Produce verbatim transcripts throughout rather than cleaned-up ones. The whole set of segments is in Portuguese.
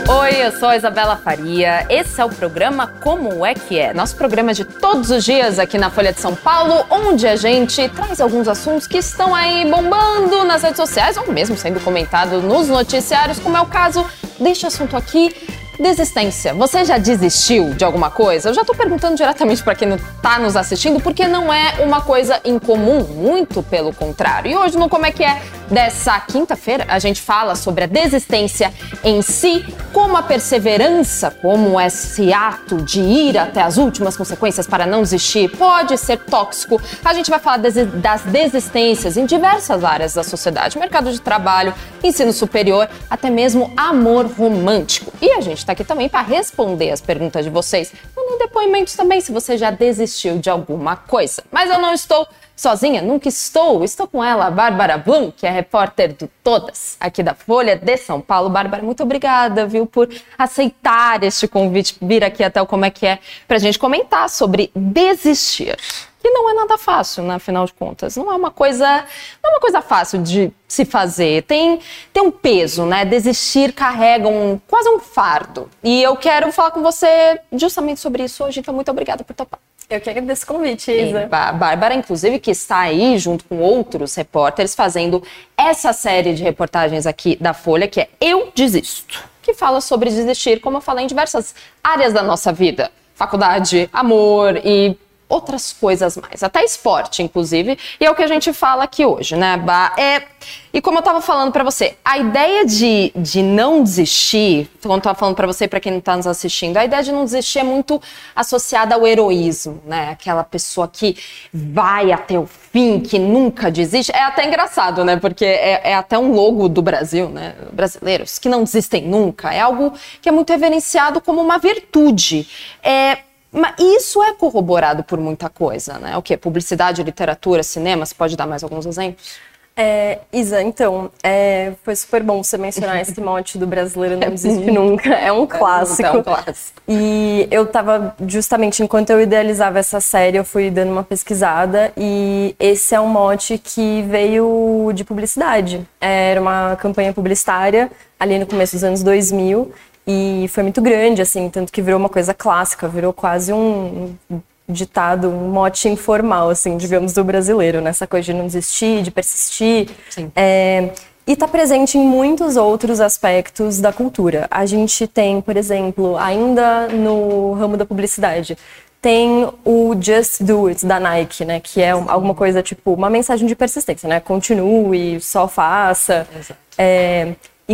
Oi, eu sou a Isabela Faria, esse é o programa Como é que é? Nosso programa de todos os dias aqui na Folha de São Paulo, onde a gente traz alguns assuntos que estão aí bombando nas redes sociais ou mesmo sendo comentado nos noticiários, como é o caso deste assunto aqui, desistência. Você já desistiu de alguma coisa? Eu já tô perguntando diretamente para quem não tá nos assistindo, porque não é uma coisa incomum, muito pelo contrário. E hoje no Como é que é dessa quinta-feira, a gente fala sobre a desistência em si, como a perseverança, como esse ato de ir até as últimas consequências para não desistir, pode ser tóxico. A gente vai falar das desistências em diversas áreas da sociedade, mercado de trabalho, ensino superior, até mesmo amor romântico. E a gente tá aqui também para responder as perguntas de vocês, dando depoimentos também se você já desistiu de alguma coisa. Mas eu não estou sozinha, nunca estou. Estou com ela, a Bárbara Blum, que é repórter do Todas, aqui da Folha de São Paulo. Bárbara, muito obrigada, viu, por aceitar este convite, vir aqui até o Como é que é, pra gente comentar sobre desistir. Que não é nada fácil, né, afinal de contas. Não é uma coisa, não é uma coisa fácil de se fazer. Tem, tem um peso, né? Desistir carrega um, quase um fardo. E eu quero falar com você justamente sobre isso hoje, então muito obrigada por topar. Eu que agradeço o convite, Isa. A Bárbara, inclusive, que está aí junto com outros repórteres fazendo essa série de reportagens aqui da Folha, que é Eu Desisto, que fala sobre desistir, como eu falei, em diversas áreas da nossa vida. Faculdade, amor e outras coisas mais, até esporte, inclusive, e é o que a gente fala aqui hoje, né, Bá? É, e como eu tava falando pra você, a ideia de, de não desistir, como eu tava falando pra você e pra quem não tá nos assistindo, a ideia de não desistir é muito associada ao heroísmo, né, aquela pessoa que vai até o fim, que nunca desiste. É até engraçado, né, porque é, é até um logo do Brasil, né, brasileiros, que não desistem nunca, é algo que é muito reverenciado como uma virtude. É Mas isso é corroborado por muita coisa, né? O quê? Publicidade, literatura, cinema? Você pode dar mais alguns exemplos? É, Isa, então, é, foi super bom você mencionar esse mote do brasileiro não desiste nunca. É um clássico. É um clássico. E eu tava, justamente, enquanto eu idealizava essa série, eu fui dando uma pesquisada e esse é um mote que veio de publicidade. Era uma campanha publicitária ali no começo dos anos dois mil. E foi muito grande, assim, tanto que virou uma coisa clássica, virou quase um ditado, um mote informal, assim, digamos, do brasileiro, nessa coisa de não desistir, de persistir. Sim. É, e está presente em muitos outros aspectos da cultura. A gente tem, por exemplo, ainda no ramo da publicidade, tem o Just Do It, da Nike, né, que é alguma coisa tipo, uma mensagem de persistência, né, continue, só faça. Exato. É,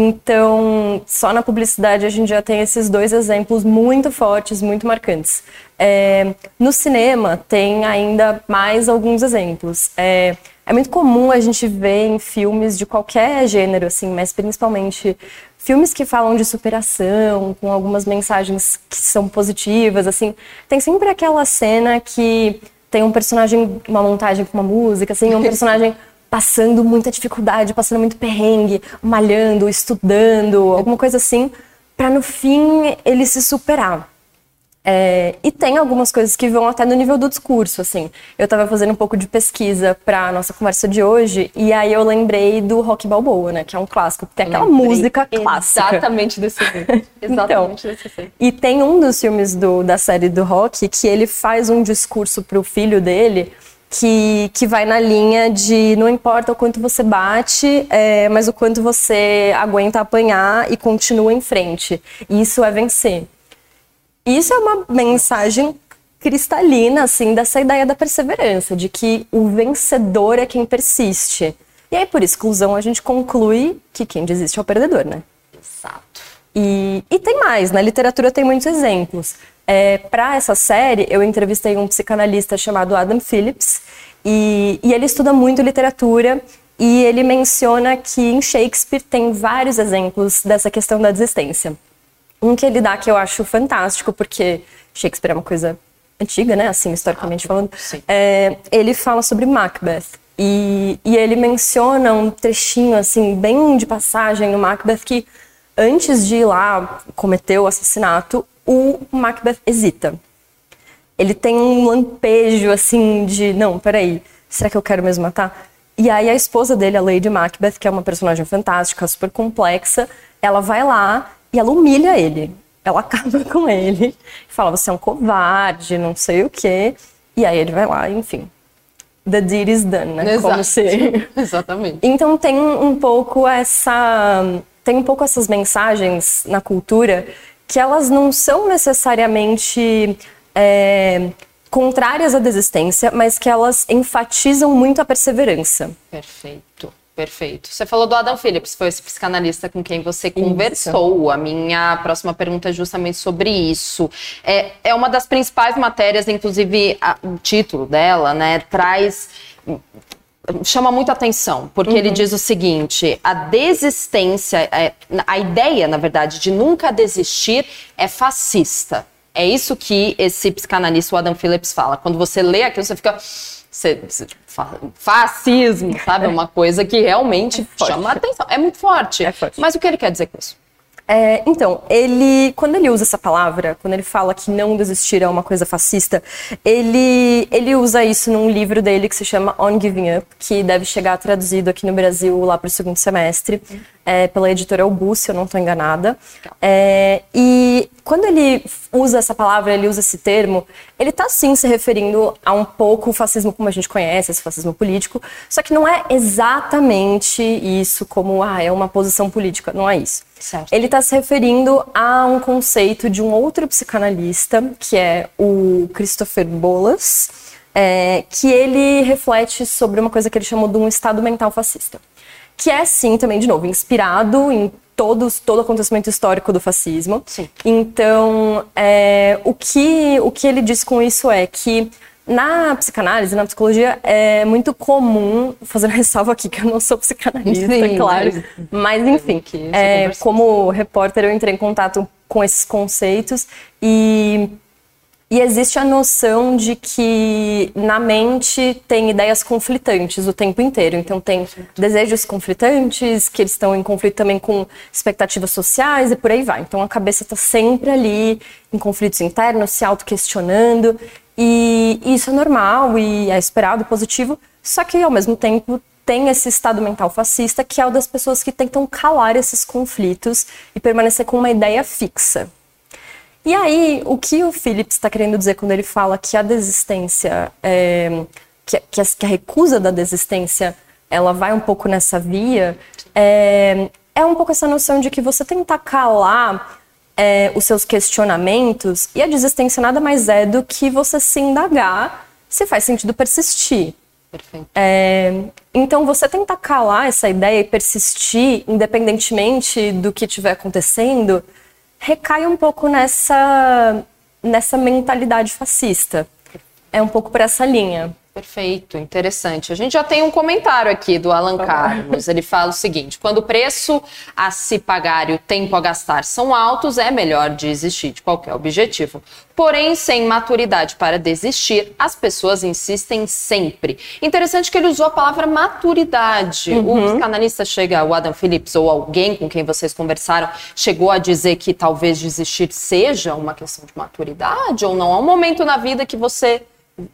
Então, só na publicidade a gente já tem esses dois exemplos muito fortes, muito marcantes. É, no cinema tem ainda mais alguns exemplos. É, é muito comum a gente ver em filmes de qualquer gênero, assim, mas principalmente filmes que falam de superação, com algumas mensagens que são positivas, assim. Tem sempre aquela cena que tem um personagem, uma montagem com uma música, assim, um personagem passando muita dificuldade, passando muito perrengue, malhando, estudando, alguma coisa assim, para no fim ele se superar. É, e tem algumas coisas que vão até no nível do discurso, assim. Eu estava fazendo um pouco de pesquisa para nossa conversa de hoje, e aí eu lembrei do Rock Balboa, né, que é um clássico, tem aquela lembrei música clássica. Exatamente desse filme. Exatamente então, desse filme. E tem um dos filmes do, da série do Rock que ele faz um discurso pro filho dele, Que, que vai na linha de não importa o quanto você bate, é, mas o quanto você aguenta apanhar e continua em frente. Isso é vencer. Isso é uma mensagem cristalina, assim, dessa ideia da perseverança, de que o vencedor é quem persiste. E aí, por exclusão, a gente conclui que quem desiste é o perdedor, né? Exato. E, e tem mais, na literatura tem muitos exemplos. É, para essa série, eu entrevistei um psicanalista chamado Adam Phillips, e, e ele estuda muito literatura, e ele menciona que em Shakespeare tem vários exemplos dessa questão da desistência. Um que ele dá que eu acho fantástico, porque Shakespeare é uma coisa antiga, né, assim, historicamente falando. É, ele fala sobre Macbeth, e, e ele menciona um trechinho, assim, bem de passagem no Macbeth, que antes de ir lá cometer o assassinato, o Macbeth hesita. Ele tem um lampejo, assim, de, não, peraí, será que eu quero mesmo matar? E aí a esposa dele, a Lady Macbeth, que é uma personagem fantástica, super complexa, ela vai lá e ela humilha ele. Ela acaba com ele, fala, você é um covarde, não sei o quê. E aí ele vai lá, enfim. The deed is done, né? Exato. Como se... Exatamente. Então tem um pouco essa... Tem um pouco essas mensagens na cultura que elas não são necessariamente é, contrárias à desistência, mas que elas enfatizam muito a perseverança. Perfeito. Perfeito. Você falou do Adam Phillips, foi esse psicanalista com quem você conversou. Isso. A minha próxima pergunta é justamente sobre isso. É, é uma das principais matérias, inclusive a, o título dela, né, traz... chama muita atenção, porque uhum. ele diz o seguinte, a desistência, a ideia, na verdade, de nunca desistir é fascista. É isso que esse psicanalista, o Adam Phillips, fala. Quando você lê aquilo, você fica... Você, você, fascismo, sabe? É uma coisa que realmente é chama a atenção. É muito forte. É forte. Mas o que ele quer dizer com isso? É, então, ele, quando ele usa essa palavra, quando ele fala que não desistir é uma coisa fascista, ele, ele usa isso num livro dele que se chama On Giving Up, que deve chegar traduzido aqui no Brasil lá para o segundo semestre, uhum. é, pela editora Albu, se eu não estou enganada. É, e quando ele usa essa palavra, ele usa esse termo, ele está sim se referindo a um pouco o fascismo como a gente conhece, esse fascismo político, só que não é exatamente isso como, ah, é uma posição política, não é isso. Certo. Ele está se referindo a um conceito de um outro psicanalista, que é o Christopher Bolas, é, que ele reflete sobre uma coisa que ele chamou de um estado mental fascista. Que é, sim, também, de novo, inspirado em todos, todo o acontecimento histórico do fascismo. Sim. Então, é, o, que, o que ele diz com isso é que na psicanálise, na psicologia, é muito comum, fazendo ressalva aqui que eu não sou psicanalista, Sim, claro, mas, mas enfim, é, como repórter eu entrei em contato com esses conceitos e, e existe a noção de que na mente tem ideias conflitantes o tempo inteiro, então tem desejos conflitantes, que eles estão em conflito também com expectativas sociais e por aí vai, então a cabeça está sempre ali em conflitos internos, se auto-questionando. E isso é normal e é esperado, positivo, só que ao mesmo tempo tem esse estado mental fascista que é o das pessoas que tentam calar esses conflitos e permanecer com uma ideia fixa. E aí, o que o Phillips está querendo dizer quando ele fala que a desistência, é, que, que, a, que a recusa da desistência, ela vai um pouco nessa via, é, é um pouco essa noção de que você tentar calar É, os seus questionamentos, e a desistência nada mais é do que você se indagar se faz sentido persistir. Perfeito. É, então, você tentar calar essa ideia e persistir, independentemente do que estiver acontecendo, recai um pouco nessa, nessa mentalidade fascista. É um pouco por essa linha. Perfeito, interessante. A gente já tem um comentário aqui do Alan Carlos. Ele fala o seguinte: quando o preço a se pagar e o tempo a gastar são altos, é melhor desistir de qualquer objetivo. Porém, sem maturidade para desistir, as pessoas insistem sempre. Interessante que ele usou a palavra maturidade. Uhum. O psicanalista chega, o Adam Phillips, ou alguém com quem vocês conversaram, chegou a dizer que talvez desistir seja uma questão de maturidade ou não? Há um momento na vida que você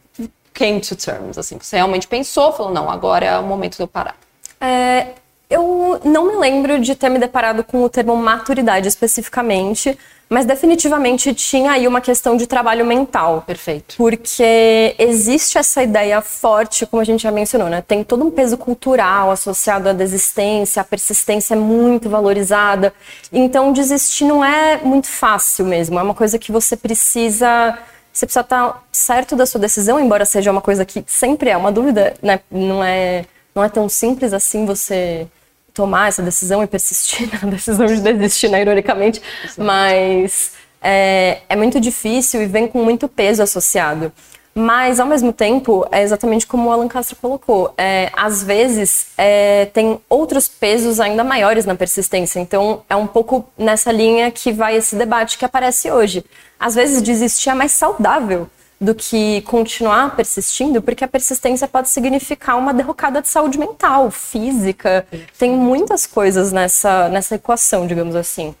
came to terms, assim, você realmente pensou, falou, não, agora é o momento de eu parar. É, eu não me lembro de ter me deparado com o termo maturidade especificamente, mas definitivamente tinha aí uma questão de trabalho mental. Perfeito. Porque existe essa ideia forte, como a gente já mencionou, né? Tem todo um peso cultural associado à desistência, a persistência é muito valorizada. Então, desistir não é muito fácil mesmo, é uma coisa que você precisa... Você precisa estar certo da sua decisão, embora seja uma coisa que sempre é uma dúvida, né? Não é, não é tão simples assim você tomar essa decisão e persistir na decisão de desistir, né, ironicamente. Exato. Mas é, é muito difícil e vem com muito peso associado. Mas, ao mesmo tempo, é exatamente como o Alan Castro colocou. É, às vezes, é, tem outros pesos ainda maiores na persistência. Então, é um pouco nessa linha que vai esse debate que aparece hoje. Às vezes, desistir é mais saudável do que continuar persistindo, porque a persistência pode significar uma derrocada de saúde mental, física. Tem muitas coisas nessa, nessa equação, digamos assim.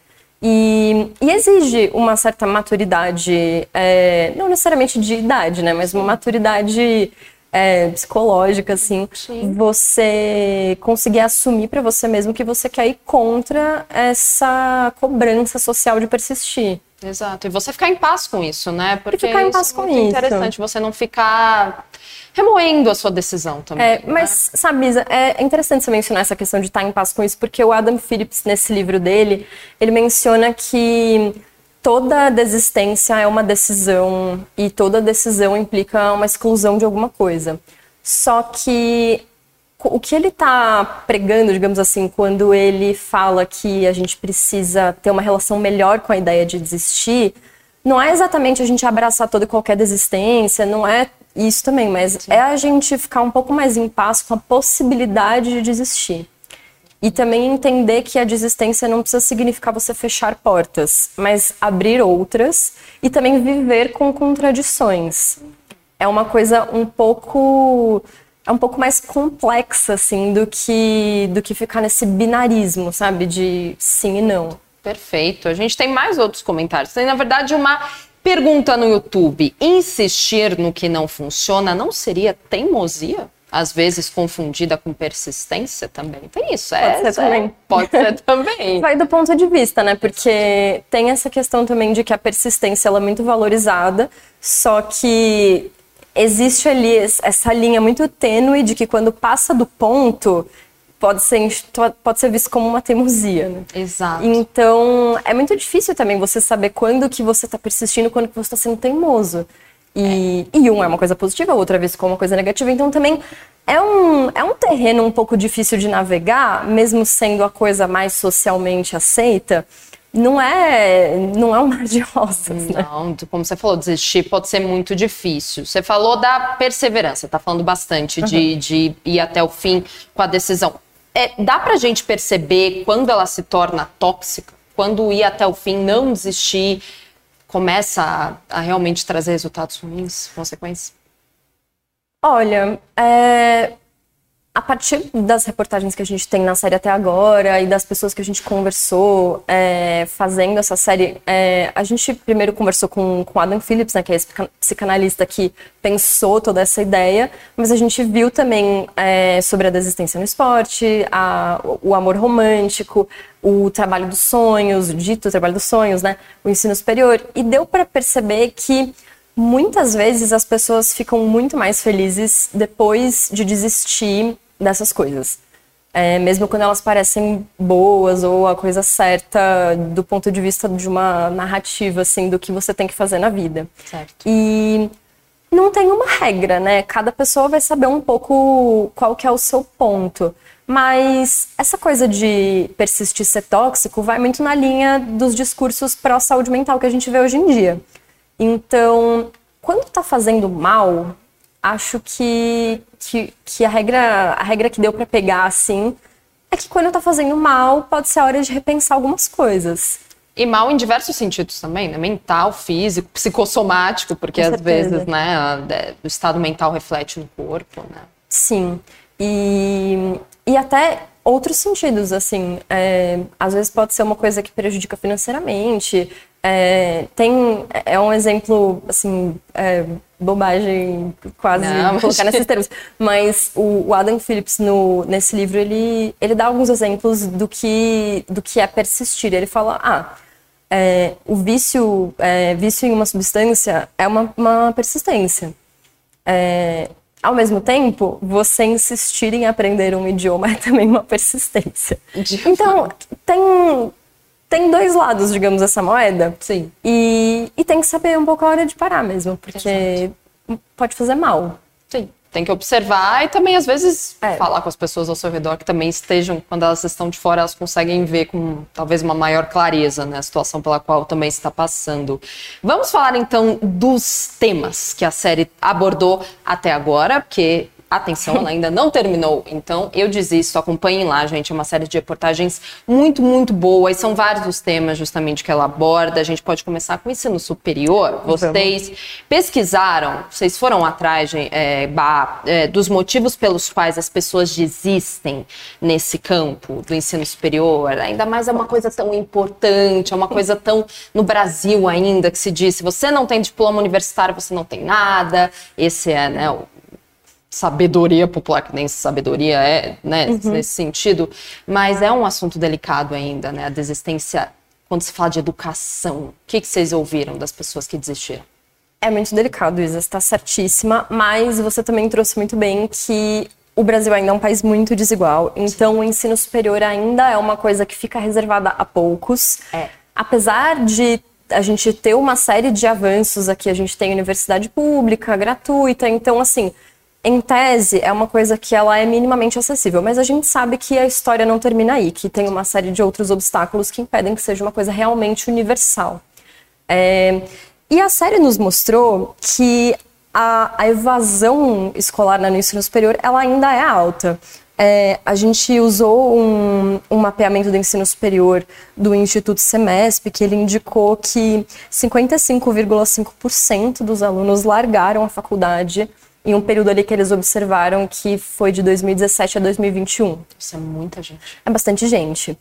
E, e exige uma certa maturidade, é, não necessariamente de idade, né, mas uma maturidade é, psicológica, assim, Sim. você conseguir assumir para você mesmo que você quer ir contra essa cobrança social de persistir. Exato. E você ficar em paz com isso, né? Porque e ficar em paz isso é com muito isso. interessante, você não ficar remoendo a sua decisão também. É, mas, né? sabe, Isa, é interessante você mencionar essa questão de estar em paz com isso, porque o Adam Phillips, nesse livro dele, ele menciona que toda desistência é uma decisão e toda decisão implica uma exclusão de alguma coisa. Só que o que ele está pregando, digamos assim, quando ele fala que a gente precisa ter uma relação melhor com a ideia de desistir, não é exatamente a gente abraçar toda e qualquer desistência, não é isso também, mas Sim. é a gente ficar um pouco mais em paz com a possibilidade de desistir. E também entender que a desistência não precisa significar você fechar portas, mas abrir outras e também viver com contradições. É uma coisa um pouco... é um pouco mais complexa, assim, do que, do que ficar nesse binarismo, sabe? De sim e não. Perfeito. A gente tem mais outros comentários. Tem, na verdade, uma pergunta no YouTube. Insistir no que não funciona não seria teimosia? Às vezes confundida com persistência também. Tem isso, é. Pode ser também. É, pode ser também. Vai do ponto de vista, né? Porque tem essa questão também de que a persistência ela é muito valorizada, só que existe ali essa linha muito tênue de que quando passa do ponto, pode ser, pode ser visto como uma teimosia, né? Exato. Então, é muito difícil também você saber quando que você está persistindo, quando que você está sendo teimoso. E, é. e um é uma coisa positiva, a outra é visto como uma coisa negativa. Então, também é um, é um terreno um pouco difícil de navegar, mesmo sendo a coisa mais socialmente aceita. Não é, não é um mar de rosas, né? Não, como você falou, desistir pode ser muito difícil. Você falou da perseverança, tá falando bastante de, uhum. de ir até o fim com a decisão. É, dá pra gente perceber quando ela se torna tóxica? Quando ir até o fim, não desistir, começa a, a realmente trazer resultados ruins, consequências? Olha, é... a partir das reportagens que a gente tem na série até agora e das pessoas que a gente conversou é, fazendo essa série, é, a gente primeiro conversou com o Adam Phillips, né, que é esse psicanalista que pensou toda essa ideia, mas a gente viu também é, sobre a desistência no esporte, a, o amor romântico, o trabalho dos sonhos, o dito trabalho dos sonhos, né, o ensino superior, e deu para perceber que muitas vezes as pessoas ficam muito mais felizes depois de desistir dessas coisas. É, mesmo quando elas parecem boas ou a coisa certa do ponto de vista de uma narrativa, assim, do que você tem que fazer na vida. Certo. E não tem uma regra, né? Cada pessoa vai saber um pouco qual que é o seu ponto. Mas essa coisa de persistir ser tóxico vai muito na linha dos discursos pró-saúde mental que a gente vê hoje em dia. Então, quando tá fazendo mal, acho que, que, que a, regra, a regra que deu pra pegar, assim, é que quando tá fazendo mal, pode ser a hora de repensar algumas coisas. E mal em diversos sentidos também, né? Mental, físico, psicossomático, porque Com às certeza. vezes, né, o estado mental reflete no corpo, né? Sim. E, e até outros sentidos, assim. É, às vezes pode ser uma coisa que prejudica financeiramente. É, tem, é um exemplo, assim, é, bobagem quase Não, mas... colocar nesses termos, mas o, o Adam Phillips, no, nesse livro, ele, ele dá alguns exemplos do que, do que é persistir. Ele fala, ah, é, o vício, é, vício em uma substância é uma, uma persistência. É, ao mesmo tempo, você insistir em aprender um idioma é também uma persistência. Então, tem... Tem dois lados, digamos, essa moeda. Sim. E, e tem que saber um pouco a hora de parar mesmo, porque Exato. Pode fazer mal. Sim. Tem que observar e também, às vezes, é. falar com as pessoas ao seu redor que também estejam, quando elas estão de fora, elas conseguem ver com talvez uma maior clareza, né, a situação pela qual também está passando. Vamos falar, então, dos temas que a série abordou até agora, porque... Atenção, ela ainda não terminou, então eu desisto, acompanhem lá, gente, é uma série de reportagens muito, muito boas, são vários os temas justamente que ela aborda. A gente pode começar com o ensino superior. Vocês pesquisaram, vocês foram atrás de, é, bah, é, dos motivos pelos quais as pessoas desistem nesse campo do ensino superior, ainda mais é uma coisa tão importante, é uma coisa tão no Brasil ainda, que se diz, se você não tem diploma universitário, você não tem nada, esse é, né, o sabedoria popular, que nem sabedoria é, né, uhum. nesse sentido, mas é um assunto delicado ainda, né, a desistência, quando se fala de educação. O que, que vocês ouviram das pessoas que desistiram? É muito delicado, Isa, você está certíssima, mas você também trouxe muito bem que o Brasil ainda é um país muito desigual, então o ensino superior ainda é uma coisa que fica reservada a poucos. É. Apesar de a gente ter uma série de avanços aqui, a gente tem universidade pública, gratuita, então assim, em tese é uma coisa que ela é minimamente acessível, mas a gente sabe que a história não termina aí, que tem uma série de outros obstáculos que impedem que seja uma coisa realmente universal. É, e a série nos mostrou que a, a evasão escolar no ensino superior, ela ainda é alta. É, a gente usou um, um mapeamento do ensino superior do Instituto Semesp, que ele indicou que cinquenta e cinco vírgula cinco por cento dos alunos largaram a faculdade em um período ali que eles observaram que foi de dois mil e dezessete a dois mil e vinte e um. Isso é muita gente. É bastante gente.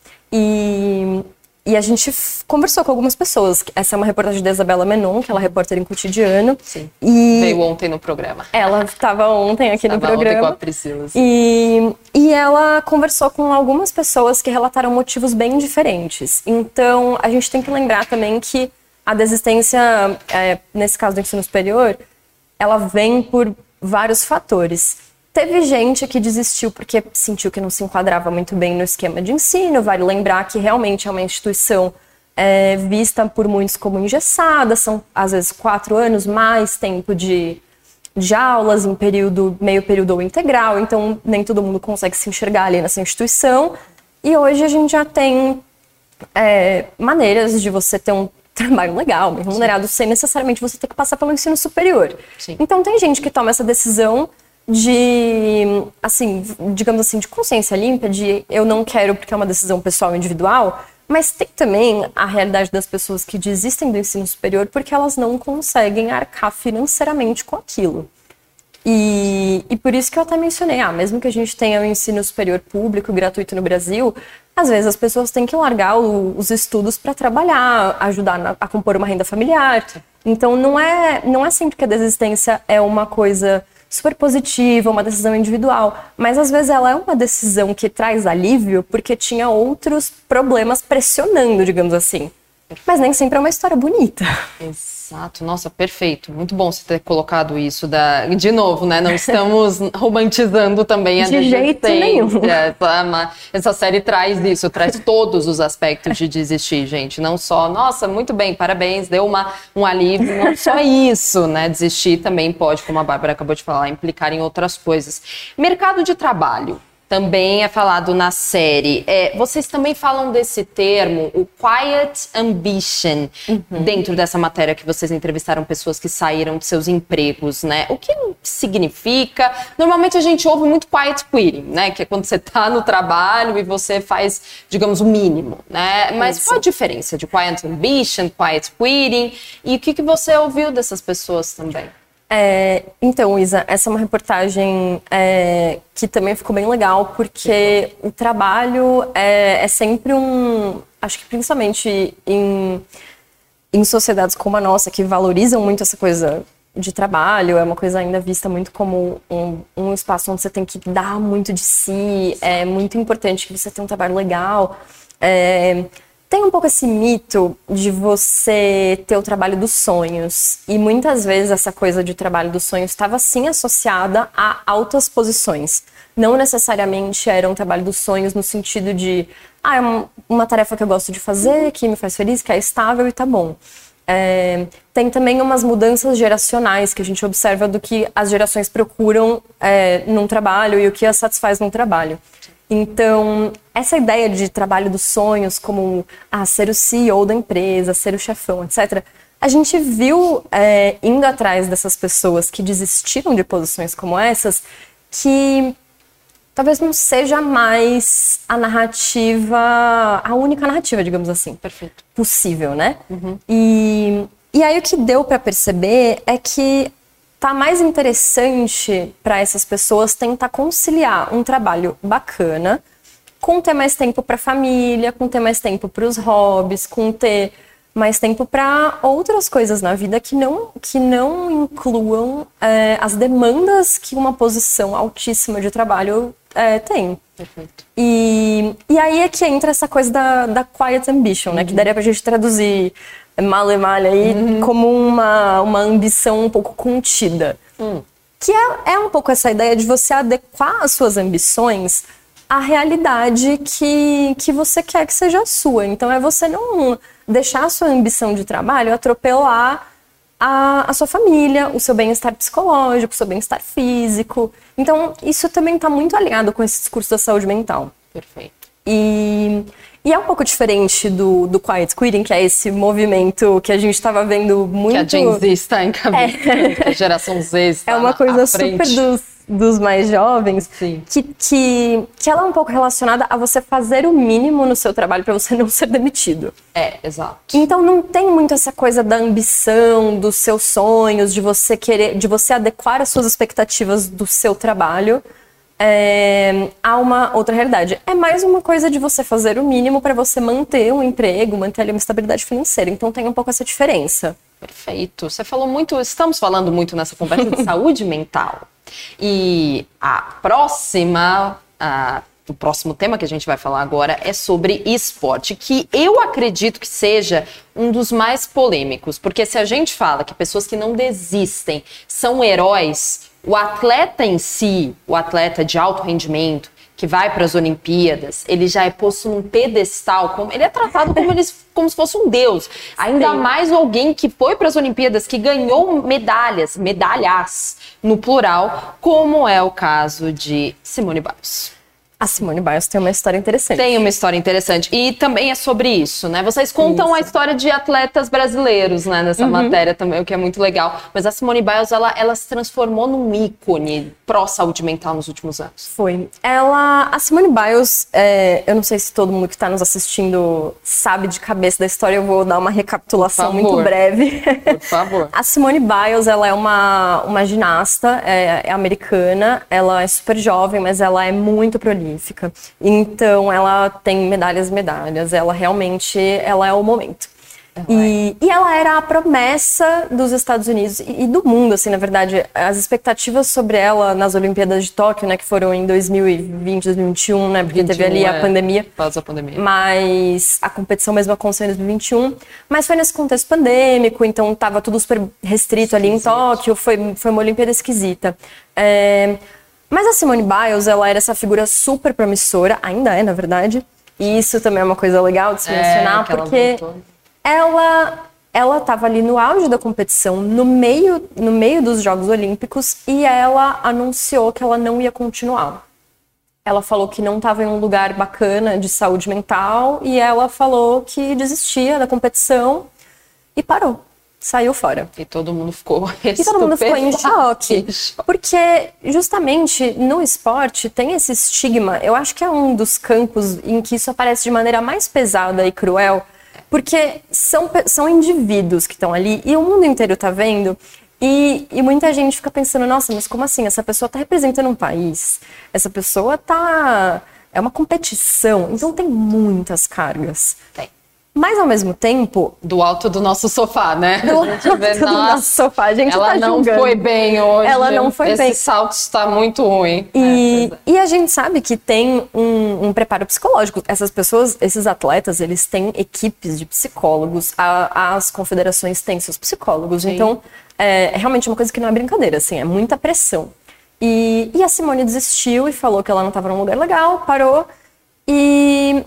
E, e a gente f- conversou com algumas pessoas. Essa é uma reportagem da Isabela Menon, que ela é repórter em Cotidiano. Sim, e veio ontem no programa. Ela estava ontem aqui tava no programa. Ontem com a Priscila. E, e ela conversou com algumas pessoas que relataram motivos bem diferentes. Então, a gente tem que lembrar também que a desistência, é, nesse caso do ensino superior, ela vem por vários fatores. Teve gente que desistiu porque sentiu que não se enquadrava muito bem no esquema de ensino. Vale lembrar que realmente é uma instituição é, vista por muitos como engessada. São, às vezes, quatro anos mais tempo de, de aulas em período, meio período ou integral. Então, nem todo mundo consegue se enxergar ali nessa instituição. E hoje a gente já tem é, maneiras de você ter um trabalho legal, bem remunerado, sem necessariamente você ter que passar pelo ensino superior. Sim. Então tem gente que toma essa decisão de, assim, digamos assim, de consciência limpa, de eu não quero porque é uma decisão pessoal individual, mas tem também a realidade das pessoas que desistem do ensino superior porque elas não conseguem arcar financeiramente com aquilo. E, e por isso que eu até mencionei, ah, mesmo que a gente tenha o ensino superior público gratuito no Brasil, às vezes as pessoas têm que largar o, os estudos para trabalhar, ajudar na, a compor uma renda familiar. Então não é, não é sempre que a desistência é uma coisa super positiva, uma decisão individual, mas às vezes ela é uma decisão que traz alívio porque tinha outros problemas pressionando, digamos assim. Mas nem sempre é uma história bonita. Exato. Nossa, perfeito. Muito bom você ter colocado isso. Da... De novo, né? Não estamos romantizando também a de jeito nenhum. Essa, essa série traz isso, traz todos os aspectos de desistir, gente. Não só, nossa, muito bem, parabéns, deu uma, um alívio. Não só isso, né? Desistir também pode, como a Bárbara acabou de falar, implicar em outras coisas. Mercado de trabalho. Também é falado na série. É, vocês também falam desse termo, o quiet ambition, uhum. dentro dessa matéria que vocês entrevistaram pessoas que saíram de seus empregos, né? O que significa? Normalmente a gente ouve muito quiet quitting, né? Que é quando você está no trabalho e você faz, digamos, o mínimo, né? Mas Isso. qual a diferença de quiet ambition, quiet quitting? E o que, que você ouviu dessas pessoas também? É, então, Isa, essa é uma reportagem é, que também ficou bem legal, porque o trabalho é, é sempre um... Acho que principalmente em, em sociedades como a nossa, que valorizam muito essa coisa de trabalho, é uma coisa ainda vista muito como um, um espaço onde você tem que dar muito de si, é muito importante que você tenha um trabalho legal. É, Tem um pouco esse mito de você ter o trabalho dos sonhos. E muitas vezes essa coisa de trabalho dos sonhos estava sim associada a altas posições. Não necessariamente era um trabalho dos sonhos no sentido de ah, é uma, uma tarefa que eu gosto de fazer, que me faz feliz, que é estável e tá bom. É, tem também umas mudanças geracionais que a gente observa do que as gerações procuram é, num trabalho e o que as satisfaz num trabalho. Então, essa ideia de trabalho dos sonhos, como ah, ser o C E O da empresa, ser o chefão, etcétera, a gente viu, é, indo atrás dessas pessoas que desistiram de posições como essas, que talvez não seja mais a narrativa, a única narrativa, digamos assim, Perfeito. possível, né? Uhum. E, e aí o que deu para perceber é que tá mais interessante para essas pessoas tentar conciliar um trabalho bacana com ter mais tempo para a família, com ter mais tempo para os hobbies, com ter mais tempo para outras coisas na vida que não, que não incluam é, as demandas que uma posição altíssima de trabalho é, tem. Perfeito. E, e aí é que entra essa coisa da, da quiet ambition, né? Uhum. Que daria pra gente traduzir male male aí uhum. como uma, uma ambição um pouco contida. Uhum. Que é, é um pouco essa ideia de você adequar as suas ambições à realidade que, que você quer que seja a sua. Então é você não deixar a sua ambição de trabalho atropelar a, a sua família, o seu bem-estar psicológico, o seu bem-estar físico. Então isso também está muito alinhado com esse discurso da saúde mental. Perfeito. E, e é um pouco diferente do, do Quiet Quitting, que é esse movimento que a gente estava vendo muito... Que a Gen Z está em cabeça, é. A geração Z está É uma coisa super dos, dos mais jovens, Sim. Que, que, que ela é um pouco relacionada a você fazer o mínimo no seu trabalho para você não ser demitido. É, exato. Então não tem muito essa coisa da ambição, dos seus sonhos, de você querer, de você adequar as suas expectativas do seu trabalho É, há uma outra realidade. É mais uma coisa de você fazer o mínimo para você manter um emprego, manter ali uma estabilidade financeira. Então tem um pouco essa diferença. Perfeito. Você falou muito, estamos falando muito nessa conversa de saúde mental. E a próxima, a, o próximo tema que a gente vai falar agora é sobre esporte, que eu acredito que seja um dos mais polêmicos. Porque se a gente fala que pessoas que não desistem são heróis, o atleta em si, o atleta de alto rendimento, que vai para as Olimpíadas, ele já é posto num pedestal, como, ele é tratado como, ele, como se fosse um deus. Ainda Sim. mais alguém que foi para as Olimpíadas, que ganhou medalhas, medalhas no plural, como é o caso de Simone Biles. A Simone Biles tem uma história interessante. Tem uma história interessante. E também é sobre isso, né? Vocês contam isso. A história de atletas brasileiros, né? Nessa uhum. matéria também, o que é muito legal. Mas a Simone Biles, ela, ela se transformou num ícone pró-saúde mental nos últimos anos. Foi. Ela... A Simone Biles, é, eu não sei se todo mundo que está nos assistindo sabe de cabeça da história, eu vou dar uma recapitulação muito breve. Por favor. A Simone Biles, ela é uma, uma ginasta, é, é americana, ela é super jovem, mas ela é muito prolífica. Então ela tem medalhas, medalhas, ela realmente ela é o momento. E, e ela era a promessa dos Estados Unidos e, e do mundo, assim, na verdade. As expectativas sobre ela nas Olimpíadas de Tóquio, né, que foram em dois mil e vinte, dois mil e vinte e um, né, porque teve ali a é, pandemia. Faz a pandemia. Mas a competição mesmo aconteceu em dois mil e vinte e um. Mas foi nesse contexto pandêmico, então tava tudo super restrito ali em Tóquio. Foi, foi uma Olimpíada esquisita. É... Mas a Simone Biles, ela era essa figura super promissora, ainda é, na verdade. E isso também é uma coisa legal de se mencionar, é, porque ela ela estava ali no auge da competição, no meio, no meio dos Jogos Olímpicos, e ela anunciou que ela não ia continuar. Ela falou que não estava em um lugar bacana de saúde mental, e ela falou que desistia da competição e parou. Saiu fora. E todo mundo ficou E todo mundo ficou em choque. Porque, justamente, no esporte tem esse estigma. Eu acho que é um dos campos em que isso aparece de maneira mais pesada e cruel. Porque são, são indivíduos que estão ali e o mundo inteiro tá vendo. E, e muita gente fica pensando, nossa, mas como assim? Essa pessoa tá representando um país. Essa pessoa tá... É uma competição. Então tem muitas cargas. Tem. Mas, ao mesmo tempo... Do alto do nosso sofá, né? Do alto vê, do nosso sofá. A gente ela tá não julgando. foi bem hoje. Ela não foi Esse bem. Esse salto está muito ruim. E, é, é. e a gente sabe que tem um, um preparo psicológico. Essas pessoas, esses atletas, eles têm equipes de psicólogos. A, as confederações têm seus psicólogos. Sim. Então, é, é realmente uma coisa que não é brincadeira, assim. É muita pressão. E, e a Simone desistiu e falou que ela não estava num lugar legal, parou. E...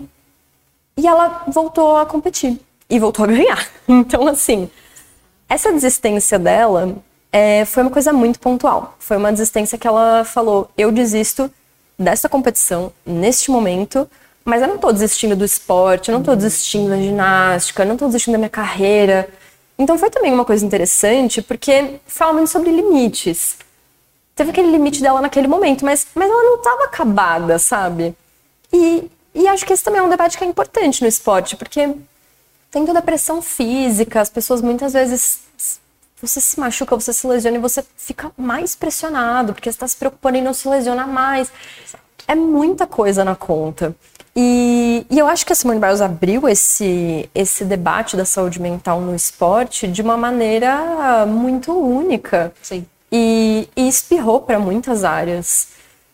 E ela voltou a competir. E voltou a ganhar. Então, assim, essa desistência dela é, foi uma coisa muito pontual. Foi uma desistência que ela falou, eu desisto dessa competição, neste momento, mas eu não tô desistindo do esporte, eu não tô desistindo da ginástica, eu não tô desistindo da minha carreira. Então foi também uma coisa interessante, porque fala muito sobre limites. Teve aquele limite dela naquele momento, mas, mas ela não tava acabada, sabe? E... E acho que esse também é um debate que é importante no esporte, porque tem toda a pressão física, as pessoas muitas vezes, você se machuca, você se lesiona e você fica mais pressionado, porque você está se preocupando em não se lesionar mais. É muita coisa na conta. E, e eu acho que a Simone Biles abriu esse, esse debate da saúde mental no esporte de uma maneira muito única. Sim. E, e espirrou para muitas áreas.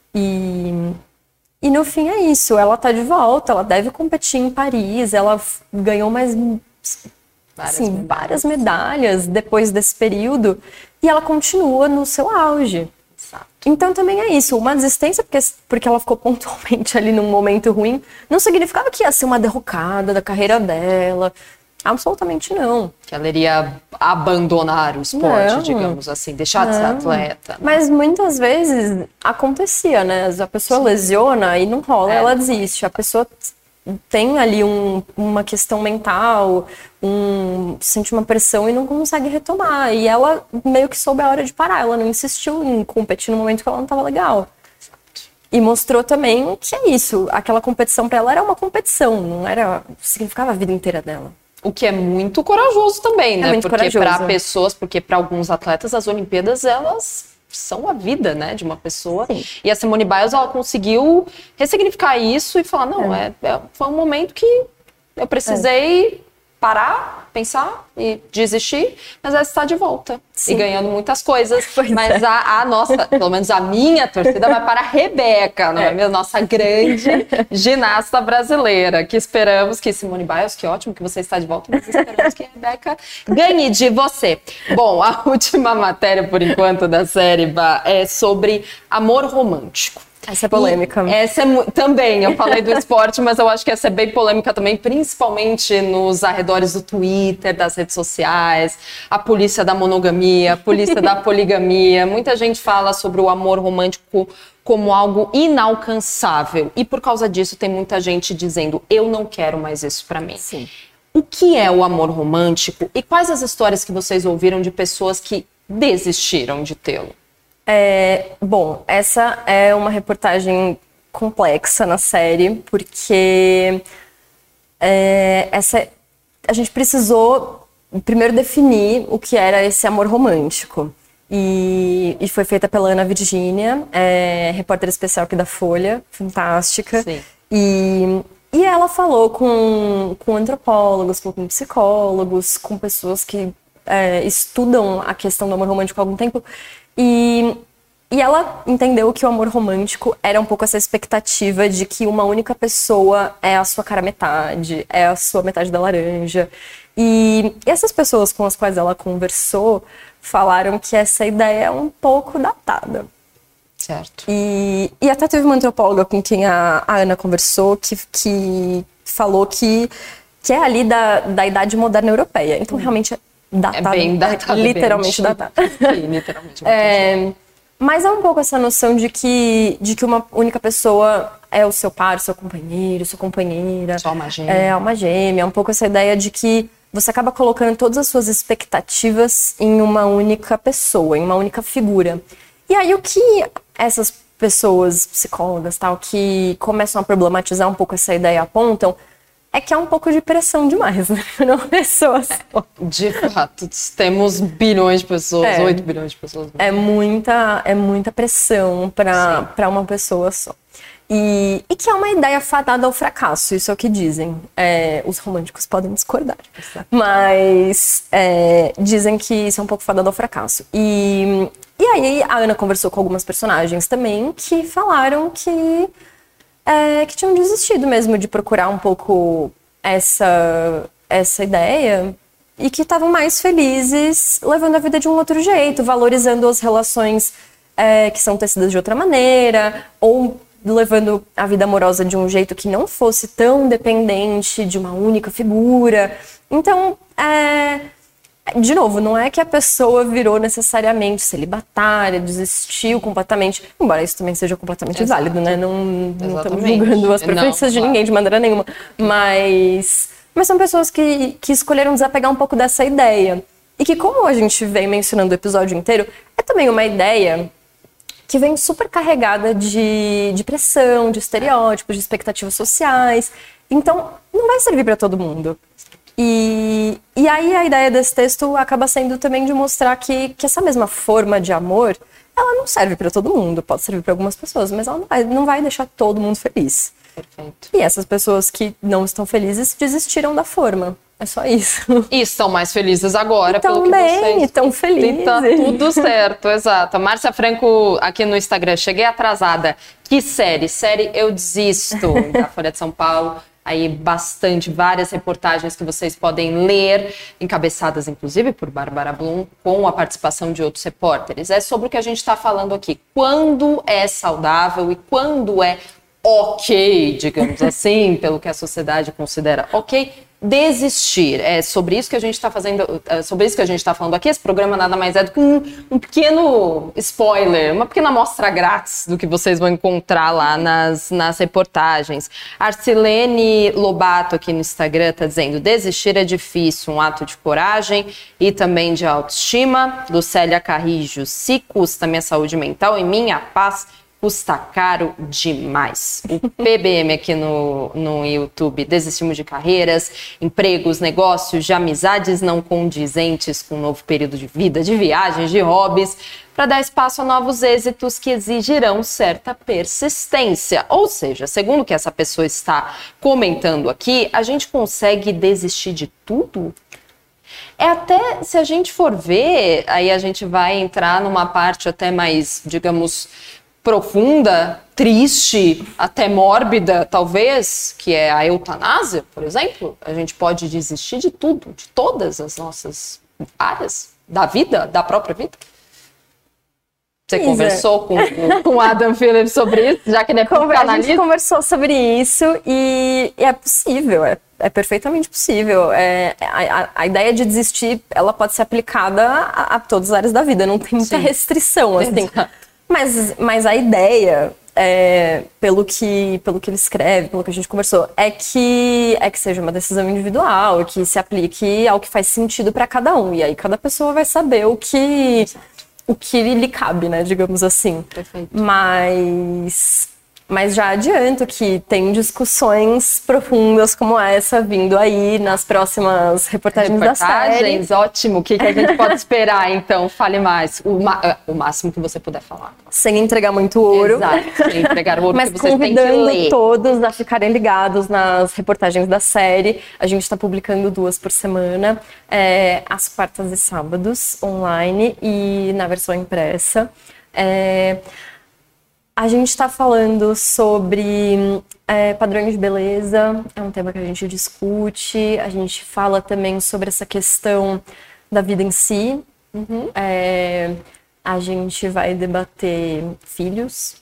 E, e no fim é isso, ela tá de volta, ela deve competir em Paris, ela ganhou mais Várias, assim, medalhas. várias medalhas depois desse período e ela continua no seu auge. Exato. Então também é isso, uma desistência porque, porque ela ficou pontualmente ali num momento ruim, não significava que ia ser uma derrocada da carreira dela, absolutamente não. Que ela iria abandonar o esporte, Não. digamos assim, deixar de ser Não. atleta. Né? Mas muitas vezes acontecia, né? A pessoa lesiona e não rola, É. ela desiste. A pessoa tem ali um, uma questão mental, um, sente uma pressão e não consegue retomar. E ela meio que soube a hora de parar. Ela não insistiu em competir no momento que ela não estava legal. E mostrou também que é isso. Aquela competição para ela era uma competição, não era significava a vida inteira dela. O que é muito corajoso também, né? É muito porque corajoso. para pessoas, porque para alguns atletas as Olimpíadas elas são a vida, né, de uma pessoa. Sim. E a Simone Biles ela conseguiu ressignificar isso e falar não, é. É, é, foi um momento que eu precisei parar, pensar e desistir, mas ela está de volta. Sim. E ganhando muitas coisas. Pois mas é. a, a nossa, pelo menos a minha torcida vai para a Rebeca, não é, É. mesmo? Nossa grande ginasta brasileira, que esperamos que Simone Biles, que ótimo que você está de volta, mas esperamos que a Rebeca ganhe de você. Bom, a última matéria, por enquanto, da série Bah, é sobre amor romântico. Essa é polêmica. E essa é mu- também, eu falei do esporte, mas eu acho que essa é bem polêmica também, principalmente nos arredores do Twitter, das redes sociais, a polícia da monogamia, a polícia da poligamia. Muita gente fala sobre o amor romântico como algo inalcançável. E por causa disso tem muita gente dizendo, eu não quero mais isso pra mim. Sim. O que é o amor romântico e quais as histórias que vocês ouviram de pessoas que desistiram de tê-lo? É, bom, essa é uma reportagem complexa na série, porque é, essa, a gente precisou primeiro definir o que era esse amor romântico. E, e foi feita pela Ana Virgínia, é, repórter especial aqui da Folha, fantástica. Sim. E, e ela falou com, com antropólogos, com psicólogos, com pessoas que é, estudam a questão do amor romântico há algum tempo. E, e ela entendeu que o amor romântico era um pouco essa expectativa de que uma única pessoa é a sua cara metade, é a sua metade da laranja. E, e essas pessoas com as quais ela conversou falaram que essa ideia é um pouco datada. Certo. E, e até teve uma antropóloga com quem a, a Ana conversou que, que falou que, que é ali da, da idade moderna europeia. Então, realmente, é datado. É bem datado. Literalmente bem. datado. Sim, literalmente. É, mas é um pouco essa noção de que, de que uma única pessoa é o seu par, seu companheiro, sua companheira. Só uma gêmea. É, alma gêmea. É um pouco essa ideia de que você acaba colocando todas as suas expectativas em uma única pessoa, em uma única figura. E aí o que essas pessoas, psicólogas, tal, que começam a problematizar um pouco essa ideia apontam é que é um pouco de pressão demais, né? Não pessoas. De fato, temos bilhões de pessoas, É. oito bilhões de pessoas. É muita, é muita pressão para para uma pessoa só. E, e que é uma ideia fadada ao fracasso, isso é o que dizem. É, os românticos podem discordar. Mas é, dizem que isso é um pouco fadado ao fracasso. E, e aí a Ana conversou com algumas personagens também que falaram que, é, que tinham desistido mesmo de procurar um pouco essa, essa ideia e que estavam mais felizes levando a vida de um outro jeito, valorizando as relações é, que são tecidas de outra maneira, ou levando a vida amorosa de um jeito que não fosse tão dependente de uma única figura. Então, é, de novo, não é que a pessoa virou necessariamente celibatária, desistiu completamente, embora isso também seja completamente Exato. válido, né? Não, não estamos Exatamente. julgando as Não, preferências de claro. ninguém de maneira nenhuma, mas, mas são pessoas que, que escolheram desapegar um pouco dessa ideia. E que, como a gente vem mencionando o episódio inteiro, é também uma ideia que vem super carregada de, de pressão, de estereótipos, de expectativas sociais. Então, não vai servir para todo mundo. E, e aí a ideia desse texto acaba sendo também de mostrar que, que essa mesma forma de amor, ela não serve para todo mundo. Pode servir para algumas pessoas, mas ela não vai, não vai deixar todo mundo feliz. Perfeito. E essas pessoas que não estão felizes desistiram da forma. É só isso. E estão mais felizes agora, então, pelo que bem, vocês... estão felizes. Tá tudo certo, exato. A Márcia Franco aqui no Instagram, cheguei atrasada. Que série? Série Eu Desisto, da Folha de São Paulo. Aí bastante, várias reportagens que vocês podem ler, encabeçadas inclusive por Bárbara Blum, com a participação de outros repórteres. É sobre o que a gente está falando aqui. Quando é saudável e quando é ok, digamos assim, pelo que a sociedade considera ok, desistir. É sobre isso que a gente está fazendo, é sobre isso que a gente está falando aqui. Esse programa nada mais é do que um, um pequeno spoiler, uma pequena amostra grátis do que vocês vão encontrar lá nas, nas reportagens. Arcilene Lobato aqui no Instagram está dizendo: desistir é difícil, um ato de coragem e também de autoestima. Lucélia Carrijo: se custa minha saúde mental e minha paz, custa caro demais. O P B M aqui no, no YouTube: desistimos de carreiras, empregos, negócios, de amizades não condizentes com um novo período de vida, de viagens, de hobbies, para dar espaço a novos êxitos que exigirão certa persistência. Ou seja, segundo o que essa pessoa está comentando aqui, a gente consegue desistir de tudo? É até, se a gente for ver, aí a gente vai entrar numa parte até mais, digamos, profunda, triste, até mórbida, talvez, que é a eutanásia, por exemplo. A gente pode desistir de tudo, de todas as nossas áreas da vida, da própria vida. Você Isa. conversou com, com Adam Phillips sobre isso, já que ele é psicanalista? A gente conversou sobre isso e, e é possível, é, é perfeitamente possível. É, a, a ideia de desistir, ela pode ser aplicada a, a todas as áreas da vida, não tem muita Sim. restrição, assim. Exato. Mas, mas a ideia, é, pelo, que, pelo que ele escreve, pelo que a gente conversou, é que, é que seja uma decisão individual, que se aplique ao que faz sentido para cada um. E aí cada pessoa vai saber o que, o que lhe cabe, né, digamos assim. Perfeito. Mas... Mas já adianto que tem discussões profundas como essa vindo aí nas próximas reportagens, reportagens da série. Ótimo. O que, que a gente pode esperar, então? Fale mais. O, ma- o máximo que você puder falar. Sem entregar muito ouro. Exato. Sem entregar o ouro Mas que vocês têm que ler. convidando todos a ficarem ligados nas reportagens da série. A gente está publicando duas por semana. É, às quartas e sábados, online e na versão impressa. É... A gente está falando sobre é, padrões de beleza, é um tema que a gente discute. A gente fala também sobre essa questão da vida em si. Uhum. É, a gente vai debater filhos.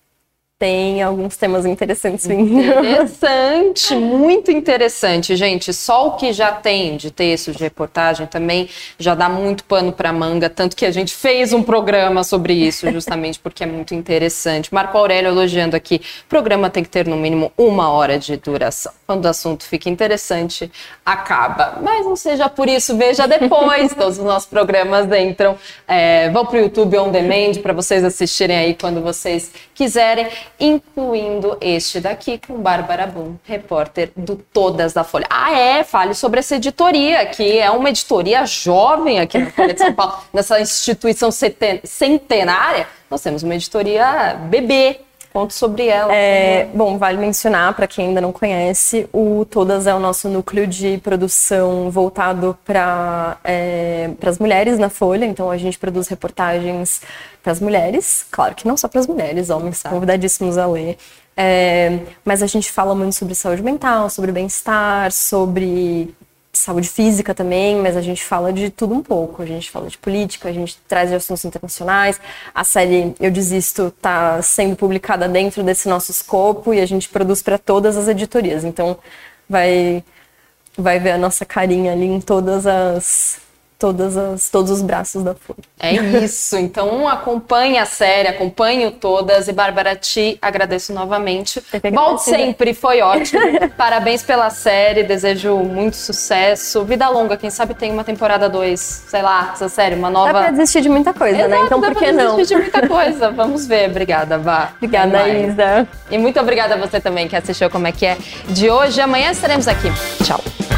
Tem alguns temas interessantes vindo. Interessante, muito interessante, gente. Só o que já tem de textos, de reportagem também já dá muito pano para manga, tanto que a gente fez um programa sobre isso, justamente porque é muito interessante. Marco Aurélio elogiando aqui: o programa tem que ter no mínimo uma hora de duração. Quando o assunto fica interessante, acaba. Mas não seja por isso, veja depois. Todos os nossos programas entram, é, vão para o YouTube On Demand para vocês assistirem aí quando vocês quiserem, incluindo este daqui com Bárbara Blum, repórter do Todas da Folha. Ah, é? Fale sobre essa editoria, que é uma editoria jovem aqui na Folha de São Paulo, nessa instituição centenária. Nós temos uma editoria bebê. Conte sobre ela. É, bom, vale mencionar, para quem ainda não conhece, o Todas é o nosso núcleo de produção voltado para é, as mulheres na Folha. Então, a gente produz reportagens para as mulheres. Claro que não só para as mulheres, homens são convidadíssimos a ler. É, mas a gente fala muito sobre saúde mental, sobre bem-estar, sobre saúde física também, mas a gente fala de tudo um pouco. A gente fala de política, a gente traz de assuntos internacionais. A série Eu Desisto está sendo publicada dentro desse nosso escopo e a gente produz para todas as editorias. Então, vai, vai ver a nossa carinha ali em todas as... Todas as, todos os braços da Folha. É isso, então acompanhe a série, acompanhe o Todas. E Bárbara, te agradeço novamente. Volte sempre, foi ótimo. Parabéns pela série, desejo muito sucesso. Vida longa, quem sabe tem uma temporada dois, sei lá, essa série, uma nova... Dá pra desistir de muita coisa, Exato, né? Então por que não? Dá pra desistir de muita coisa, vamos ver. Obrigada, Vá. Obrigada, Isa. E muito obrigada a você também que assistiu Como é que é de hoje. Amanhã estaremos aqui. Tchau.